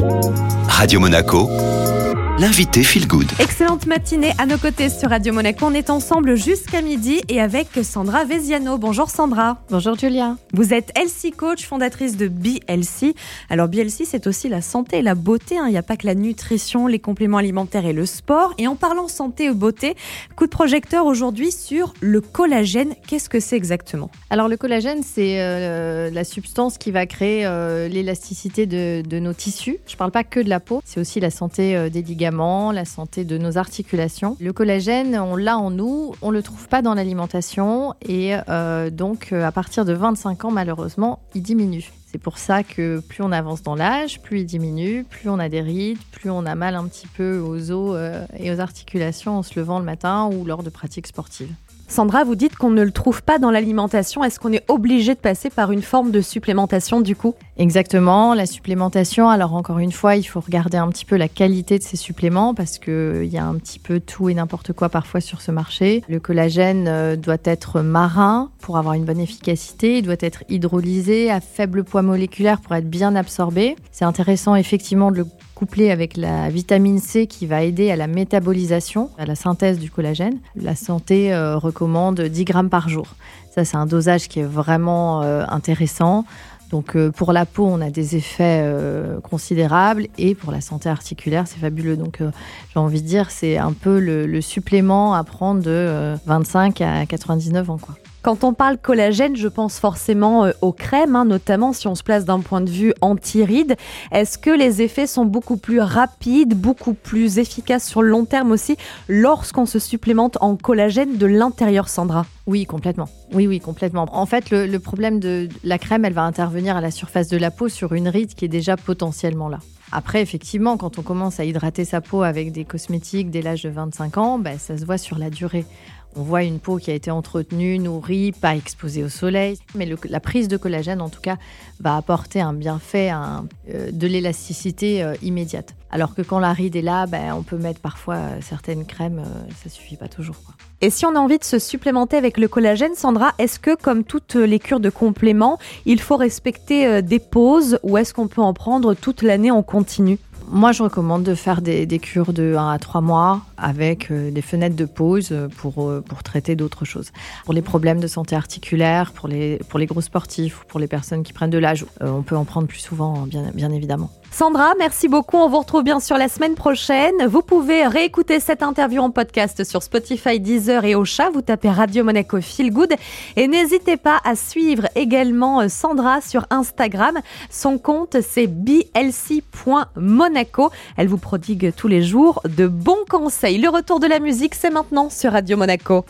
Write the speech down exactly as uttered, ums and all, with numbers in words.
Radio Monaco, l'invité Feel Good. Excellente matinée à nos côtés sur Radio Monaco. On est ensemble jusqu'à midi et avec Sandra Veziano. Bonjour Sandra. Bonjour Julia. Vous êtes Healthy Coach, fondatrice de B L C. Alors B L C, c'est aussi la santé et la beauté. Il n'y a pas que la nutrition, les compléments alimentaires et le sport. Et en parlant santé et beauté, coup de projecteur aujourd'hui sur le collagène. Qu'est-ce que c'est exactement ? Alors le collagène, c'est euh, la substance qui va créer euh, l'élasticité de, de nos tissus. Je ne parle pas que de la peau, c'est aussi la santé euh, des ligaments, la santé de nos articulations. Le collagène, on l'a en nous, on ne le trouve pas dans l'alimentation et euh, donc à partir de vingt-cinq ans, malheureusement, il diminue. C'est pour ça que plus on avance dans l'âge, plus il diminue, plus on a des rides, plus on a mal un petit peu aux os euh, et aux articulations en se levant le matin ou lors de pratiques sportives. Sandra, vous dites qu'on ne le trouve pas dans l'alimentation. Est-ce qu'on est obligé de passer par une forme de supplémentation du coup ? Exactement, la supplémentation. Alors encore une fois, il faut regarder un petit peu la qualité de ces suppléments parce qu'il y a un petit peu tout et n'importe quoi parfois sur ce marché. Le collagène euh, doit être marin pour avoir une bonne efficacité. Il doit être hydrolysé à faible poids moléculaire pour être bien absorbé. C'est intéressant effectivement de le couplé avec la vitamine C qui va aider à la métabolisation, à la synthèse du collagène. La santé euh, recommande dix grammes par jour. Ça, c'est un dosage qui est vraiment euh, intéressant. Donc euh, pour la peau, on a des effets euh, considérables et pour la santé articulaire, c'est fabuleux. Donc euh, j'ai envie de dire, c'est un peu le, le supplément à prendre de euh, vingt-cinq à quatre-vingt-dix-neuf ans, quoi. Quand on parle collagène, je pense forcément aux crèmes, hein, notamment si on se place d'un point de vue anti-rides. Est-ce que les effets sont beaucoup plus rapides, beaucoup plus efficaces sur le long terme aussi, lorsqu'on se supplémente en collagène de l'intérieur, Sandra ? Oui, complètement. Oui, oui, complètement. En fait, le, le problème de la crème, elle va intervenir à la surface de la peau sur une ride qui est déjà potentiellement là. Après, effectivement, quand on commence à hydrater sa peau avec des cosmétiques dès l'âge de vingt-cinq ans, bah, ça se voit sur la durée. On voit une peau qui a été entretenue, nourrie, pas exposée au soleil. Mais le, la prise de collagène, en tout cas, va apporter un bienfait, un, euh, de l'élasticité euh, immédiate. Alors que quand la ride est là, ben, on peut mettre parfois euh, certaines crèmes, euh, ça suffit pas toujours, quoi. Et si on a envie de se supplémenter avec le collagène, Sandra, est-ce que, comme toutes les cures de compléments, il faut respecter euh, des pauses ou est-ce qu'on peut en prendre toute l'année en continu ? Moi, je recommande de faire des, des cures de un à trois mois avec euh, des fenêtres de pause pour, euh, pour traiter d'autres choses. Pour les problèmes de santé articulaire, pour les, pour les gros sportifs ou pour les personnes qui prennent de l'âge, euh, on peut en prendre plus souvent, bien, bien évidemment. Sandra, merci beaucoup. On vous retrouve bien sûr la semaine prochaine. Vous pouvez réécouter cette interview en podcast sur Spotify, Deezer et Ocha. Vous tapez Radio Monaco Feel Good. Et n'hésitez pas à suivre également Sandra sur Instagram. Son compte, c'est b l c point monaco. Elle vous prodigue tous les jours de bons conseils. Le retour de la musique, c'est maintenant sur Radio Monaco.